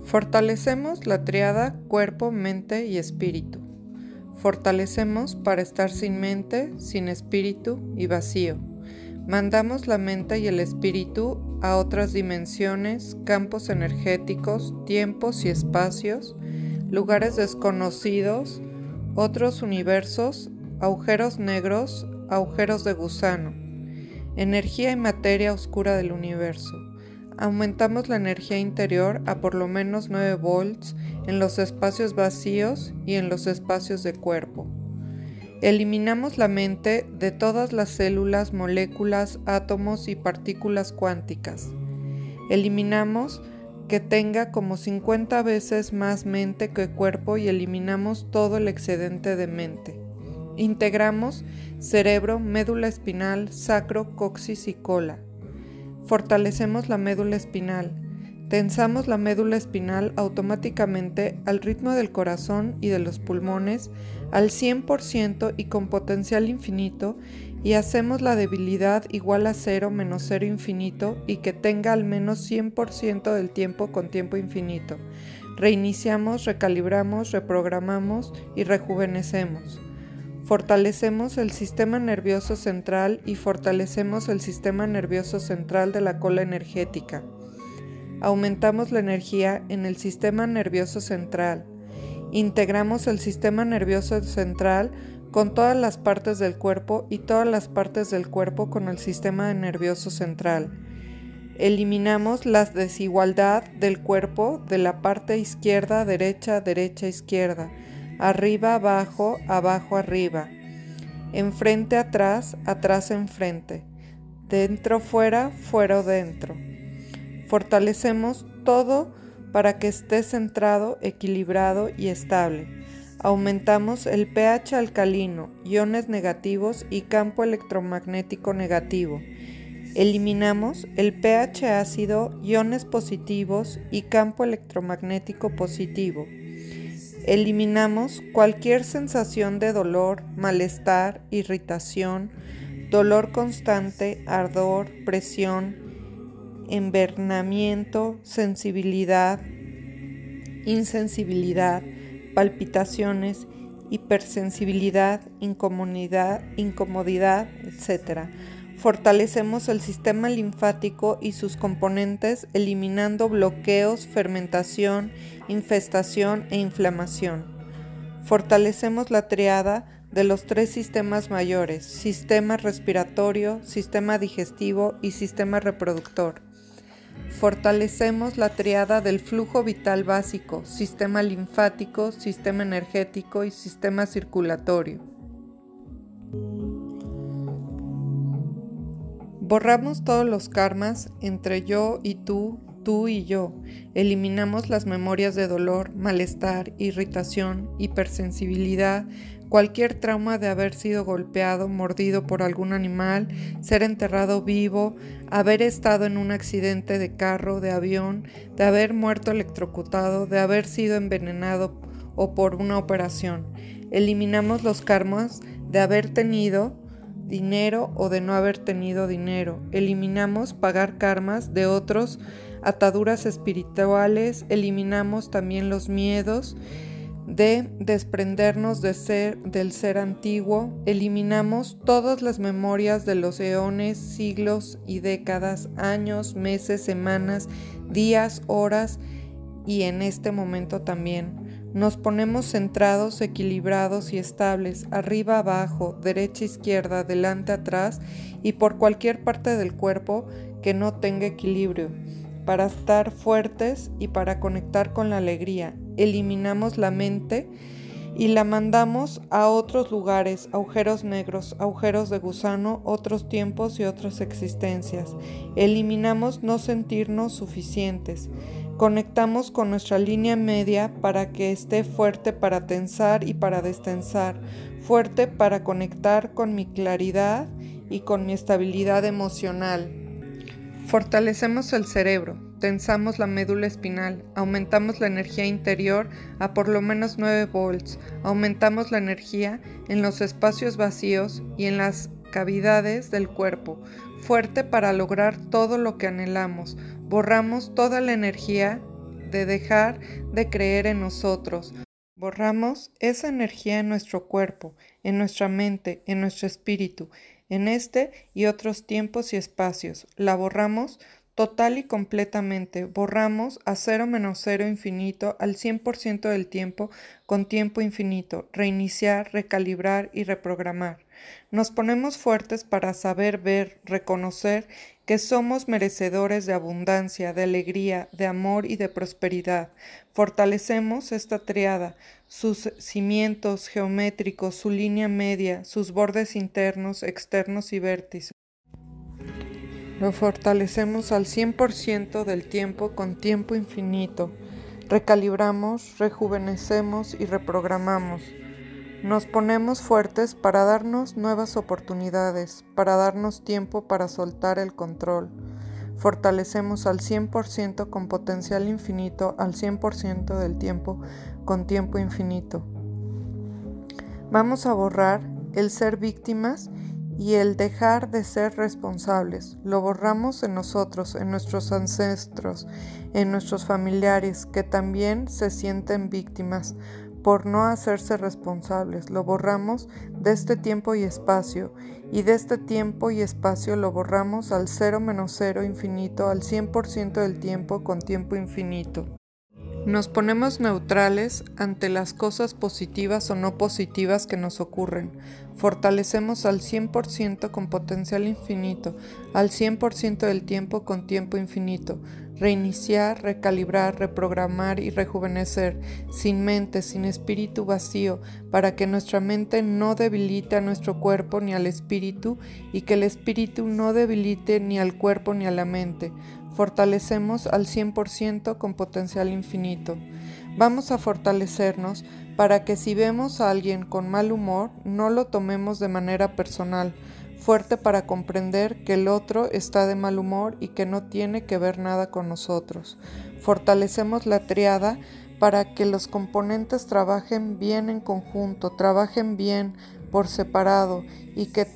Fortalecemos la tríada cuerpo, mente y espíritu. Fortalecemos para estar sin mente, sin espíritu y vacío. Mandamos la mente y el espíritu a otras dimensiones, campos energéticos, tiempos y espacios, lugares desconocidos, otros universos, agujeros negros, agujeros de gusano, energía y materia oscura del universo. Aumentamos la energía interior a por lo menos 9 volts en los espacios vacíos y en los espacios de cuerpo. Eliminamos la mente de todas las células, moléculas, átomos y partículas cuánticas. Eliminamos que tenga como 50 veces más mente que cuerpo y eliminamos todo el excedente de mente. Integramos cerebro, médula espinal, sacro, coxis y cola. Fortalecemos la médula espinal. Tensamos la médula espinal automáticamente al ritmo del corazón y de los pulmones al 100% y con potencial infinito y hacemos la debilidad igual a 0 menos 0 infinito y que tenga al menos 100% del tiempo con tiempo infinito. Reiniciamos, recalibramos, reprogramamos y rejuvenecemos. Fortalecemos el sistema nervioso central y fortalecemos el sistema nervioso central de la cola energética. Aumentamos la energía en el sistema nervioso central. Integramos el sistema nervioso central con todas las partes del cuerpo y todas las partes del cuerpo con el sistema nervioso central. Eliminamos la desigualdad del cuerpo de la parte izquierda, derecha, derecha, izquierda, arriba, abajo, abajo, arriba, enfrente, atrás, atrás, enfrente, dentro, fuera, fuera, dentro. Fortalecemos todo para que esté centrado, equilibrado y estable. Aumentamos el pH alcalino, iones negativos y campo electromagnético negativo. Eliminamos el pH ácido, iones positivos y campo electromagnético positivo. Eliminamos cualquier sensación de dolor, malestar, irritación, dolor constante, ardor, presión, envenenamiento, sensibilidad, insensibilidad, palpitaciones, hipersensibilidad, incomodidad, etc. Fortalecemos el sistema linfático y sus componentes, eliminando bloqueos, fermentación, infestación e inflamación. Fortalecemos la tríada de los 3 sistemas mayores: sistema respiratorio, sistema digestivo y sistema reproductor. Fortalecemos la tríada del flujo vital básico, sistema linfático, sistema energético y sistema circulatorio. Borramos todos los karmas entre yo y tú y yo. Eliminamos las memorias de dolor, malestar, irritación, hipersensibilidad, cualquier trauma de haber sido golpeado, mordido por algún animal, ser enterrado vivo, haber estado en un accidente de carro, de avión, de haber muerto electrocutado, de haber sido envenenado o por una operación. Eliminamos los karmas de haber tenido dinero o de no haber tenido dinero. Eliminamos pagar karmas de otros, ataduras espirituales. Eliminamos también los miedos de desprendernos del ser antiguo. Eliminamos todas las memorias de los eones, siglos y décadas, años, meses, semanas, días, horas y en este momento también. Nos ponemos centrados, equilibrados y estables, arriba, abajo, derecha, izquierda, delante, atrás y por cualquier parte del cuerpo que no tenga equilibrio, para estar fuertes y para conectar con la alegría. Eliminamos la mente y la mandamos a otros lugares, agujeros negros, agujeros de gusano, otros tiempos y otras existencias. Eliminamos no sentirnos suficientes. Conectamos con nuestra línea media para que esté fuerte para tensar y para destensar, fuerte para conectar con mi claridad y con mi estabilidad emocional. Fortalecemos el cerebro, tensamos la médula espinal, aumentamos la energía interior a por lo menos 9 volts, aumentamos la energía en los espacios vacíos y en las cavidades del cuerpo, fuerte para lograr todo lo que anhelamos. Borramos toda la energía de dejar de creer en nosotros. Borramos esa energía en nuestro cuerpo, en nuestra mente, en nuestro espíritu, en este y otros tiempos y espacios. La borramos total y completamente. Borramos a cero menos cero infinito al 100% del tiempo con tiempo infinito. Reiniciar, recalibrar y reprogramar. Nos ponemos fuertes para saber ver, reconocer que somos merecedores de abundancia, de alegría, de amor y de prosperidad. Fortalecemos esta triada, sus cimientos geométricos, su línea media, sus bordes internos, externos y vértices. Lo fortalecemos al 100% del tiempo con tiempo infinito. Recalibramos, rejuvenecemos y reprogramamos. Nos ponemos fuertes para darnos nuevas oportunidades, para darnos tiempo para soltar el control. Fortalecemos al 100% con potencial infinito, al 100% del tiempo con tiempo infinito. Vamos a borrar el ser víctimas y el dejar de ser responsables. Lo borramos en nosotros, en nuestros ancestros, en nuestros familiares que también se sienten víctimas por no hacerse responsables. Lo borramos de este tiempo y espacio, y de este tiempo y espacio lo borramos al cero menos cero infinito, al 100% del tiempo con tiempo infinito. Nos ponemos neutrales ante las cosas positivas o no positivas que nos ocurren. Fortalecemos al 100% con potencial infinito, al 100% del tiempo con tiempo infinito. Reiniciar, recalibrar, reprogramar y rejuvenecer, sin mente, sin espíritu vacío, para que nuestra mente no debilite a nuestro cuerpo ni al espíritu, y que el espíritu no debilite ni al cuerpo ni a la mente. Fortalecemos al 100% con potencial infinito. Vamos a fortalecernos para que si vemos a alguien con mal humor, no lo tomemos de manera personal, fuerte para comprender que el otro está de mal humor y que no tiene que ver nada con nosotros. Fortalecemos la triada para que los componentes trabajen bien en conjunto, trabajen bien por separado y que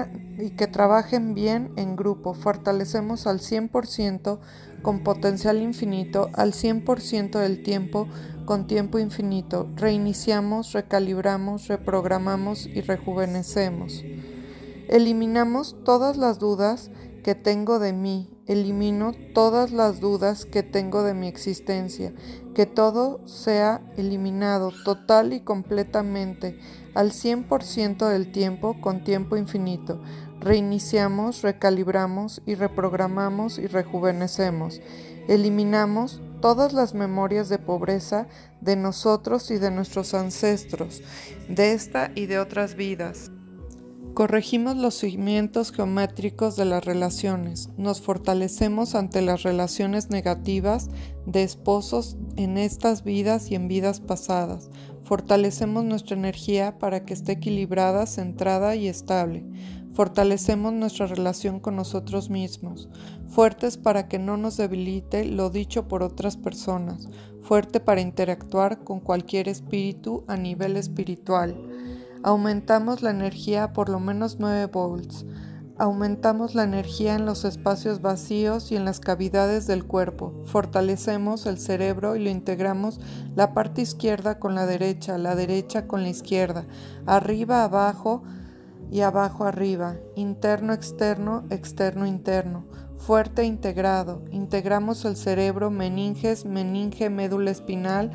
trabajen bien en grupo. Fortalecemos al 100% con potencial infinito, al 100% del tiempo con tiempo infinito. Reiniciamos, recalibramos, reprogramamos y rejuvenecemos. Eliminamos todas las dudas que tengo de mí. Elimino todas las dudas que tengo de mi existencia. Que todo sea eliminado total y completamente al 100% del tiempo con tiempo infinito. Reiniciamos, recalibramos y reprogramamos y rejuvenecemos. Eliminamos todas las memorias de pobreza de nosotros y de nuestros ancestros, de esta y de otras vidas. Corregimos los cimientos geométricos de las relaciones, nos fortalecemos ante las relaciones negativas de esposos en estas vidas y en vidas pasadas. Fortalecemos nuestra energía para que esté equilibrada, centrada y estable. Fortalecemos nuestra relación con nosotros mismos, fuertes para que no nos debilite lo dicho por otras personas, fuerte para interactuar con cualquier espíritu a nivel espiritual. Aumentamos la energía por lo menos 9 volts. Aumentamos la energía en los espacios vacíos y en las cavidades del cuerpo. Fortalecemos el cerebro y lo integramos la parte izquierda con la derecha con la izquierda, arriba, abajo y abajo, arriba, interno, externo, externo, interno. Fuerte integrado. Integramos el cerebro, meninges, meninge, médula espinal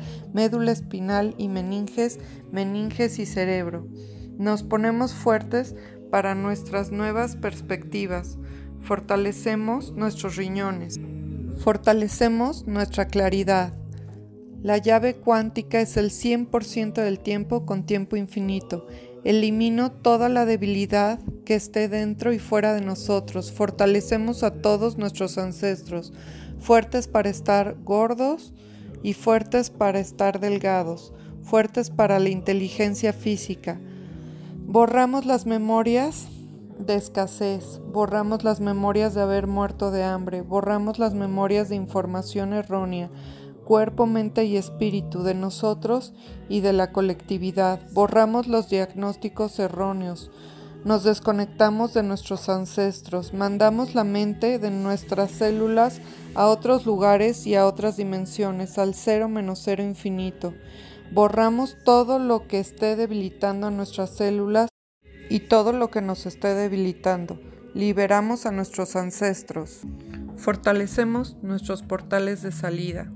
y meninges, meninges y cerebro. Nos ponemos fuertes para nuestras nuevas perspectivas. Fortalecemos nuestros riñones. Fortalecemos nuestra claridad. La llave cuántica es el 100% del tiempo con tiempo infinito. Elimino toda la debilidad que esté dentro y fuera de nosotros. Fortalecemos a todos nuestros ancestros, fuertes para estar gordos y fuertes para estar delgados, fuertes para la inteligencia física. Borramos las memorias de escasez, borramos las memorias de haber muerto de hambre, borramos las memorias de información errónea, cuerpo, mente y espíritu de nosotros y de la colectividad. Borramos los diagnósticos erróneos. Nos desconectamos de nuestros ancestros, mandamos la mente de nuestras células a otros lugares y a otras dimensiones, al 0 - 0 infinito. Borramos todo lo que esté debilitando a nuestras células y todo lo que nos esté debilitando. Liberamos a nuestros ancestros. Fortalecemos nuestros portales de salida.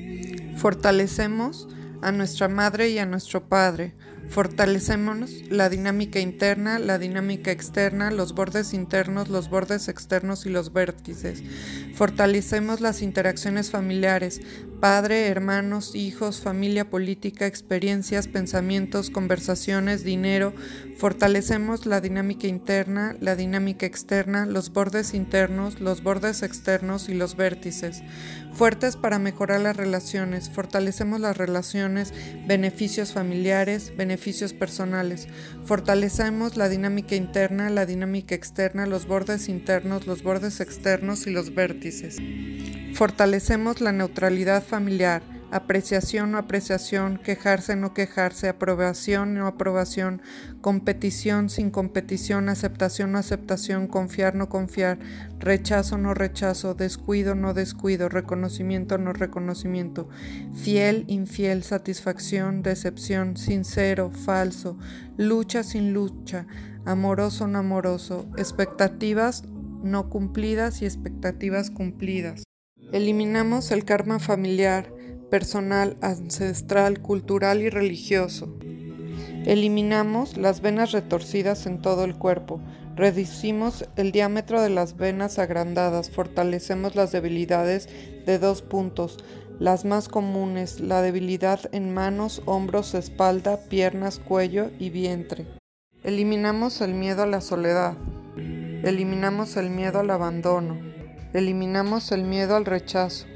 Fortalecemos a nuestra madre y a nuestro padre. Fortalecemos la dinámica interna, la dinámica externa, los bordes internos, los bordes externos y los vértices. Fortalecemos las interacciones familiares, padre, hermanos, hijos, familia política, experiencias, pensamientos, conversaciones, dinero. Fortalecemos la dinámica interna, la dinámica externa, los bordes internos, los bordes externos y los vértices. Fuertes para mejorar las relaciones. Fortalecemos las relaciones, beneficios familiares, beneficios personales. Fortalecemos la dinámica interna, la dinámica externa, los bordes internos, los bordes externos y los vértices. Fortalecemos la neutralidad familiar, apreciación o apreciación, quejarse no quejarse, aprobación no aprobación, competición sin competición, aceptación no aceptación, confiar no confiar, rechazo no rechazo, descuido no descuido, reconocimiento no reconocimiento, fiel, infiel, satisfacción, decepción, sincero, falso, lucha sin lucha, amoroso no amoroso, expectativas no cumplidas y expectativas cumplidas. Eliminamos el karma familiar, personal, ancestral, cultural y religioso. Eliminamos las venas retorcidas en todo el cuerpo. Reducimos el diámetro de las venas agrandadas. Fortalecemos las debilidades de 2 puntos. Las más comunes, la debilidad en manos, hombros, espalda, piernas, cuello y vientre. Eliminamos el miedo a la soledad. Eliminamos el miedo al abandono. Eliminamos el miedo al rechazo.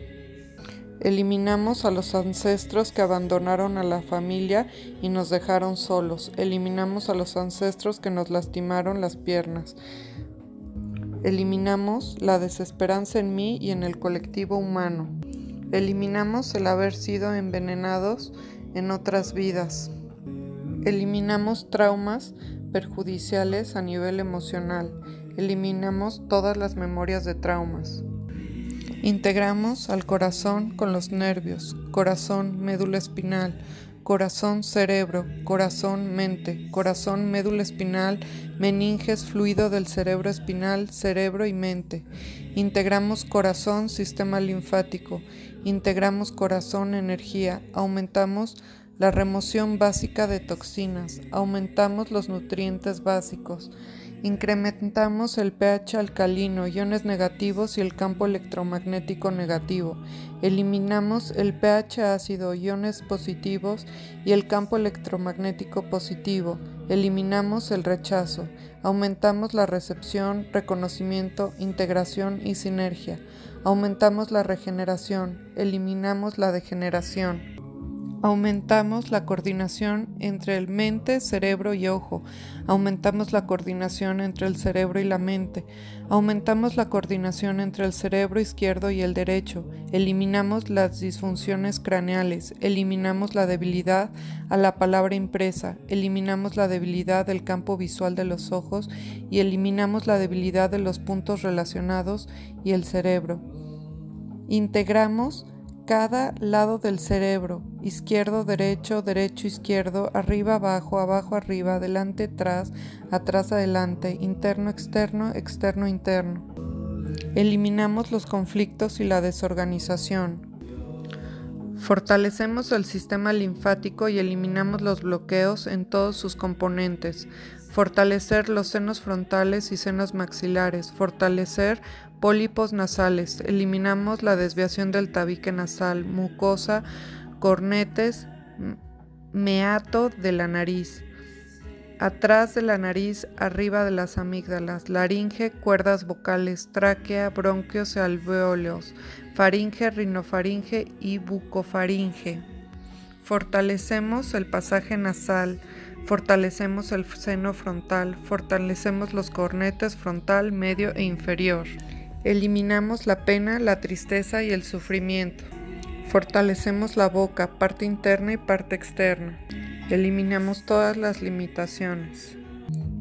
Eliminamos a los ancestros que abandonaron a la familia y nos dejaron solos. Eliminamos a los ancestros que nos lastimaron las piernas. Eliminamos la desesperanza en mí y en el colectivo humano. Eliminamos el haber sido envenenados en otras vidas. Eliminamos traumas perjudiciales a nivel emocional. Eliminamos todas las memorias de traumas. Integramos al corazón con los nervios, corazón, médula espinal, corazón, cerebro, corazón, mente, corazón, médula espinal, meninges, fluido del cerebro espinal, cerebro y mente. Integramos corazón, sistema linfático. Integramos corazón, energía. Aumentamos la remoción básica de toxinas. Aumentamos los nutrientes básicos. Incrementamos el pH alcalino, iones negativos y el campo electromagnético negativo. Eliminamos el pH ácido, iones positivos y el campo electromagnético positivo. Eliminamos el rechazo. Aumentamos la recepción, reconocimiento, integración y sinergia. Aumentamos la regeneración. Eliminamos la degeneración. Aumentamos la coordinación entre el mente, cerebro y ojo. Aumentamos la coordinación entre el cerebro y la mente. Aumentamos la coordinación entre el cerebro izquierdo y el derecho. Eliminamos las disfunciones craneales. Eliminamos la debilidad a la palabra impresa. Eliminamos la debilidad del campo visual de los ojos y eliminamos la debilidad de los puntos relacionados y el cerebro. Integramos cada lado del cerebro, izquierdo, derecho, derecho, izquierdo, arriba, abajo, abajo, arriba, adelante, atrás, atrás, adelante, interno, externo, externo, interno. Eliminamos los conflictos y la desorganización. Fortalecemos el sistema linfático y eliminamos los bloqueos en todos sus componentes. Fortalecer los senos frontales y senos maxilares. Fortalecer pólipos nasales. Eliminamos la desviación del tabique nasal, mucosa, cornetes, meato de la nariz. Atrás de la nariz, arriba de las amígdalas, laringe, cuerdas vocales, tráquea, bronquios y alvéolos, faringe, rinofaringe y bucofaringe. Fortalecemos el pasaje nasal, fortalecemos el seno frontal, fortalecemos los cornetes frontal, medio e inferior. Eliminamos la pena, la tristeza y el sufrimiento. Fortalecemos la boca, parte interna y parte externa. Eliminamos todas las limitaciones.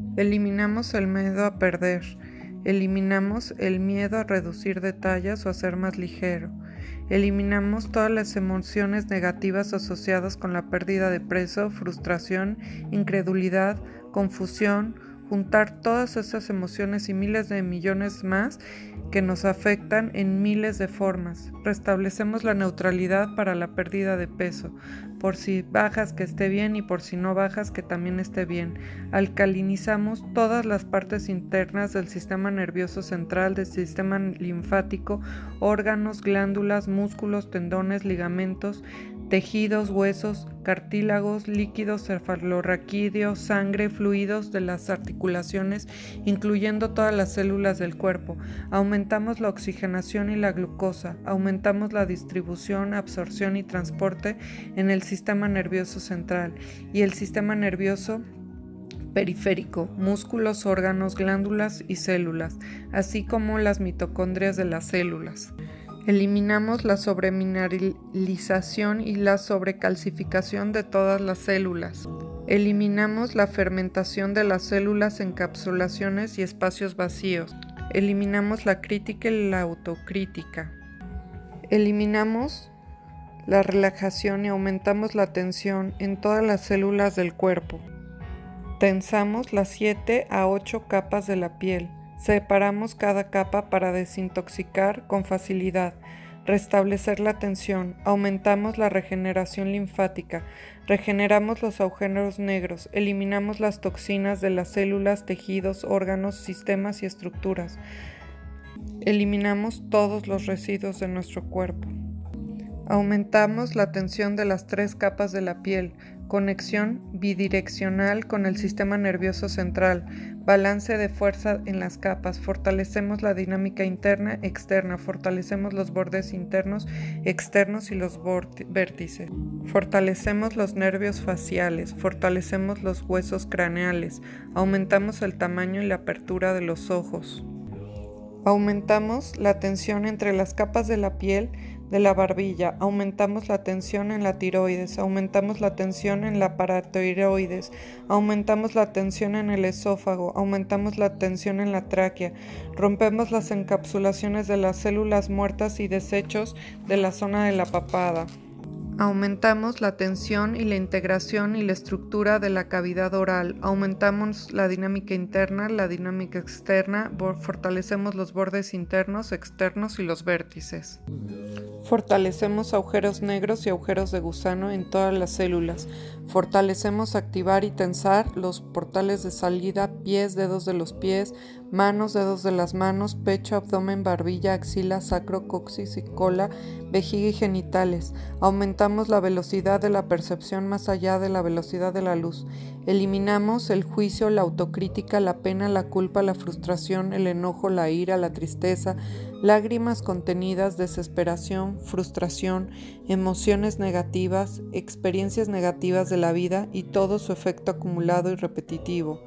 Eliminamos el miedo a perder. Eliminamos el miedo a reducir detalles o a ser más ligero. Eliminamos todas las emociones negativas asociadas con la pérdida de peso, frustración, incredulidad, confusión, juntar todas esas emociones y miles de millones más que nos afectan en miles de formas. Restablecemos la neutralidad para la pérdida de peso, por si bajas que esté bien y por si no bajas que también esté bien. Alcalinizamos todas las partes internas del sistema nervioso central, del sistema linfático, órganos, glándulas, músculos, tendones, ligamentos, tejidos, huesos, cartílagos, líquidos cefalorraquídeos, sangre, fluidos de las articulaciones, incluyendo todas las células del cuerpo. Aumentamos la oxigenación y la glucosa, aumentamos la distribución, absorción y transporte en el sistema nervioso central y el sistema nervioso periférico, músculos, órganos, glándulas y células, así como las mitocondrias de las células. Eliminamos la sobremineralización y la sobrecalcificación de todas las células. Eliminamos la fermentación de las células, encapsulaciones y espacios vacíos. Eliminamos la crítica y la autocrítica. Eliminamos la relajación y aumentamos la tensión en todas las células del cuerpo. Tensamos las 7 a 8 capas de la piel. Separamos cada capa para desintoxicar con facilidad, restablecer la tensión, aumentamos la regeneración linfática, regeneramos los agujeros negros, eliminamos las toxinas de las células, tejidos, órganos, sistemas y estructuras. Eliminamos todos los residuos de nuestro cuerpo. Aumentamos la tensión de las 3 capas de la piel, conexión bidireccional con el sistema nervioso central, balance de fuerza en las capas, fortalecemos la dinámica interna, externa, fortalecemos los bordes internos, externos y los vértices, fortalecemos los nervios faciales, fortalecemos los huesos craneales, aumentamos el tamaño y la apertura de los ojos. Aumentamos la tensión entre las capas de la piel de la barbilla, aumentamos la tensión en la tiroides, aumentamos la tensión en la paratiroides, aumentamos la tensión en el esófago, aumentamos la tensión en la tráquea, rompemos las encapsulaciones de las células muertas y desechos de la zona de la papada. Aumentamos la tensión y la integración y la estructura de la cavidad oral. Aumentamos la dinámica interna, la dinámica externa, fortalecemos los bordes internos, externos y los vértices. Fortalecemos agujeros negros y agujeros de gusano en todas las células. Fortalecemos activar y tensar los portales de salida, pies, dedos de los pies, manos, dedos de las manos, pecho, abdomen, barbilla, axila, sacro, coxis y cola, vejiga y genitales. Aumentamos la velocidad de la percepción más allá de la velocidad de la luz. Eliminamos el juicio, la autocrítica, la pena, la culpa, la frustración, el enojo, la ira, la tristeza, lágrimas contenidas, desesperación, frustración, emociones negativas, experiencias negativas de la vida y todo su efecto acumulado y repetitivo.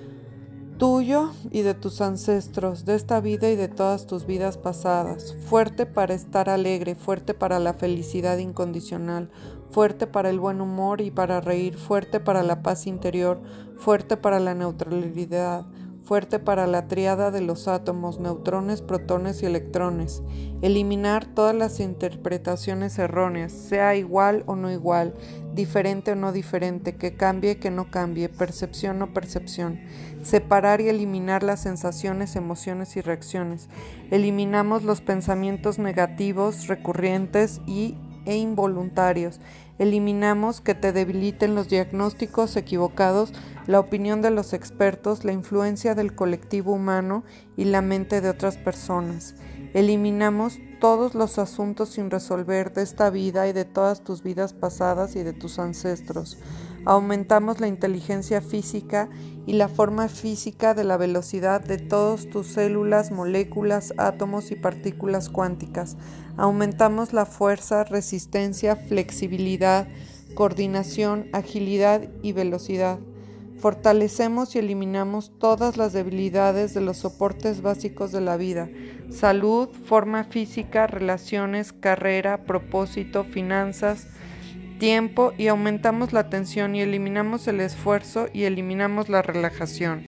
Tuyo y de tus ancestros, de esta vida y de todas tus vidas pasadas, fuerte para estar alegre, fuerte para la felicidad incondicional, fuerte para el buen humor y para reír, fuerte para la paz interior, fuerte para la neutralidad, fuerte para la tríada de los átomos, neutrones, protones y electrones. Eliminar todas las interpretaciones erróneas, sea igual o no igual, diferente o no diferente, que cambie, que no cambie, percepción o percepción. Separar y eliminar las sensaciones, emociones y reacciones. Eliminamos los pensamientos negativos, recurrentes e involuntarios. Eliminamos que te debiliten los diagnósticos equivocados, la opinión de los expertos, la influencia del colectivo humano y la mente de otras personas. Eliminamos todos los asuntos sin resolver de esta vida y de todas tus vidas pasadas y de tus ancestros. Aumentamos la inteligencia física y la forma física de la velocidad de todas tus células, moléculas, átomos y partículas cuánticas. Aumentamos la fuerza, resistencia, flexibilidad, coordinación, agilidad y velocidad. Fortalecemos y eliminamos todas las debilidades de los soportes básicos de la vida: salud, forma física, relaciones, carrera, propósito, finanzas, tiempo, y aumentamos la tensión y eliminamos el esfuerzo y eliminamos la relajación.